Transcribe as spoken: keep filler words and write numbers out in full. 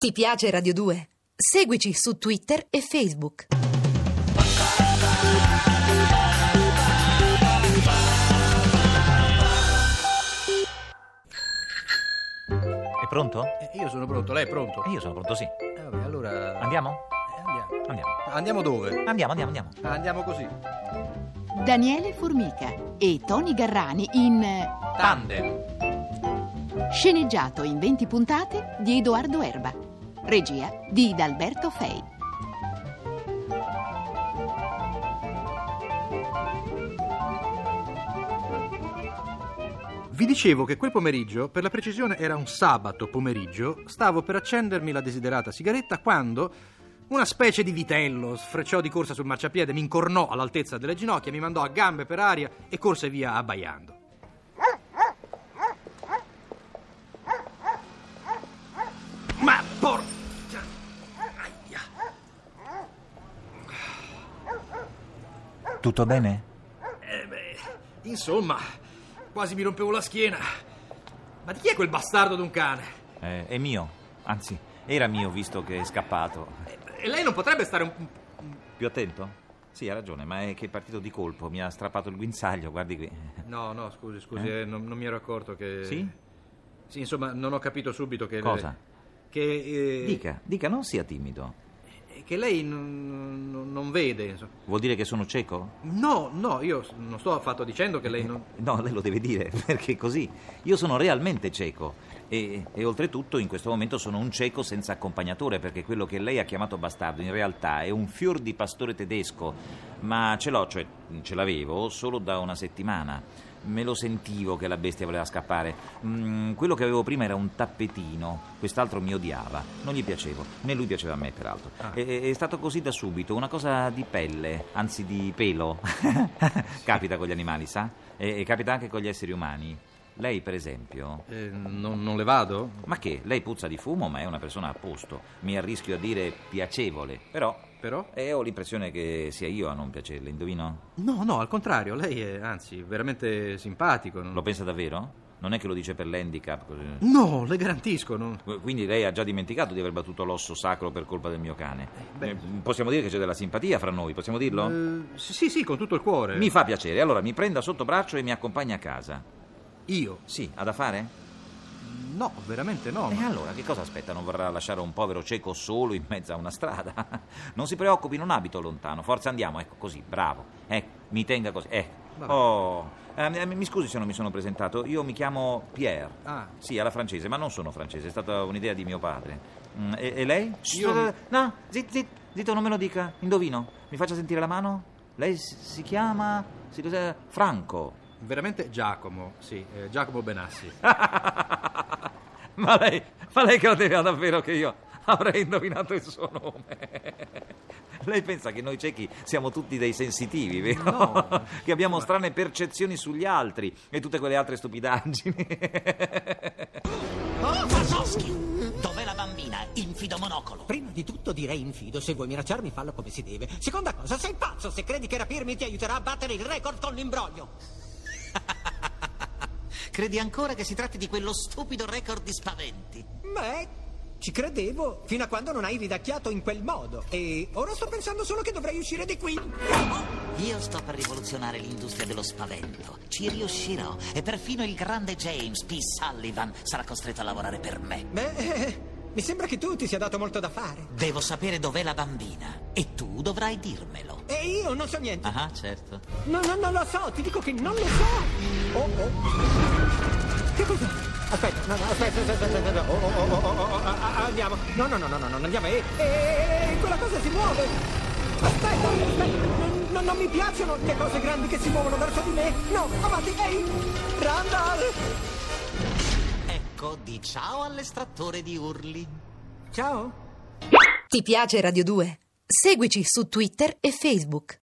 Ti piace Radio due? Seguici su Twitter e Facebook. È pronto? Eh, io sono pronto, lei è pronto? E io sono pronto, sì. Eh, vabbè, allora... Andiamo? Eh, andiamo. Andiamo. Andiamo dove? Andiamo, andiamo, andiamo. Ah, andiamo così. Daniele Formica e Tony Garrani in Tandem. Sceneggiato in venti puntate di Edoardo Erba. Regia di Dalberto Fei. Vi dicevo che quel pomeriggio, per la precisione era un sabato pomeriggio, stavo per accendermi la desiderata sigaretta quando una specie di vitello sfrecciò di corsa sul marciapiede, mi incornò all'altezza delle ginocchia, mi mandò a gambe per aria e corse via abbaiando. Ma porca... Aia. Tutto bene? Eh beh, insomma, quasi mi rompevo la schiena. Ma di chi è quel bastardo d'un cane? Eh, è mio. Anzi, era mio visto che è scappato. E lei non potrebbe stare un... Più attento? Sì, ha ragione, ma è che è partito di colpo. Mi ha strappato il guinzaglio, guardi qui. No, no, scusi, scusi, Eh? eh, non, non mi ero accorto che... Sì? Sì, insomma, non ho capito subito che... Cosa? Che... eh, Dica, dica, non sia timido. Che lei non, non- non vede, insomma. Vuol dire che sono cieco? No, no, io non sto affatto dicendo che lei non... No, lei lo deve dire, perché così. Io sono realmente cieco. E, e oltretutto in questo momento sono un cieco senza accompagnatore, perché quello che lei ha chiamato bastardo in realtà è un fior di pastore tedesco, ma ce l'ho, cioè ce l'avevo solo da una settimana. Me lo sentivo che la bestia voleva scappare. Mm, quello che avevo prima era un tappetino, quest'altro mi odiava, non gli piacevo, né lui piaceva a me peraltro. Ah. È, è stato così da subito, una cosa di pelle, anzi di pelo. Capita con gli animali, sa? E, e capita anche con gli esseri umani. Lei, per esempio... Eh, non, non le vado? Ma che? Lei puzza di fumo, ma è una persona a posto. Mi arrischio a dire piacevole, però... Però? E ho l'impressione che sia io a non piacerle, indovino? No, no, al contrario, lei è, anzi, veramente simpatico. non- Lo pensa davvero? Non è che lo dice per l'handicap? Così. No, le garantisco, non... Quindi lei ha già dimenticato di aver battuto l'osso sacro per colpa del mio cane? beh. Eh, Possiamo dire che c'è della simpatia fra noi, possiamo dirlo? Eh, sì, sì, sì, con tutto il cuore. Mi fa piacere, allora mi prenda sotto braccio e mi accompagna a casa. Io? Sì, ha da fare? No, veramente no. E ma- allora, che cosa aspetta? Non vorrà lasciare un povero cieco solo in mezzo a una strada? Non si preoccupi, non abito lontano. Forza, andiamo, ecco, così, bravo. Ecco, mi tenga così. Ecco. Vabbè. Oh, eh, mi scusi se non mi sono presentato. Io mi chiamo Pierre. Ah. Sì, alla francese, ma non sono francese, è stata un'idea di mio padre. Mm, e, e lei? Io- Shh, No, zitto, zitto, zitto, non me lo dica. Indovino. Mi faccia sentire la mano? Lei si, si chiama... Si, cos'è? Franco. Veramente Giacomo, sì, eh, Giacomo Benassi. Ma lei, ma lei credeva davvero che io avrei indovinato il suo nome? Lei pensa che noi ciechi siamo tutti dei sensitivi, vero? No. Che abbiamo strane percezioni sugli altri e tutte quelle altre stupidaggini. Oh, Wazowski! Dov'è la bambina? Infido monocolo. Prima di tutto direi infido, se vuoi minacciarmi fallo come si deve. Seconda cosa, sei pazzo se credi che rapirmi ti aiuterà a battere il record con l'imbroglio. Credi ancora che si tratti di quello stupido record di spaventi? Beh, ci credevo fino a quando non hai ridacchiato in quel modo. E ora sto pensando solo che dovrei uscire di qui. Io sto per rivoluzionare l'industria dello spavento. Ci riuscirò. E perfino il grande James P. Sullivan sarà costretto a lavorare per me. Beh, eh, mi sembra che tu ti sia dato molto da fare. Devo sapere dov'è la bambina. E tu dovrai dirmelo. E io non so niente. Ah, certo. No, no, non lo so, ti dico che non lo so. Oh, oh. Che cos'è? Aspetta, no, no, aspetta, aspetta, aspetta, aspetta. Oh, oh, oh, oh, oh, oh, ah, andiamo. No, no, no, no, no, no, andiamo. E, e, quella cosa si muove. Aspetta, aspetta. Non, non, non mi piacciono le cose grandi che si muovono verso di me. No, avanti, ehi. Randall. Ecco, di ciao all'estrattore di urli. Ciao. Ti piace Radio due? Seguici su Twitter e Facebook.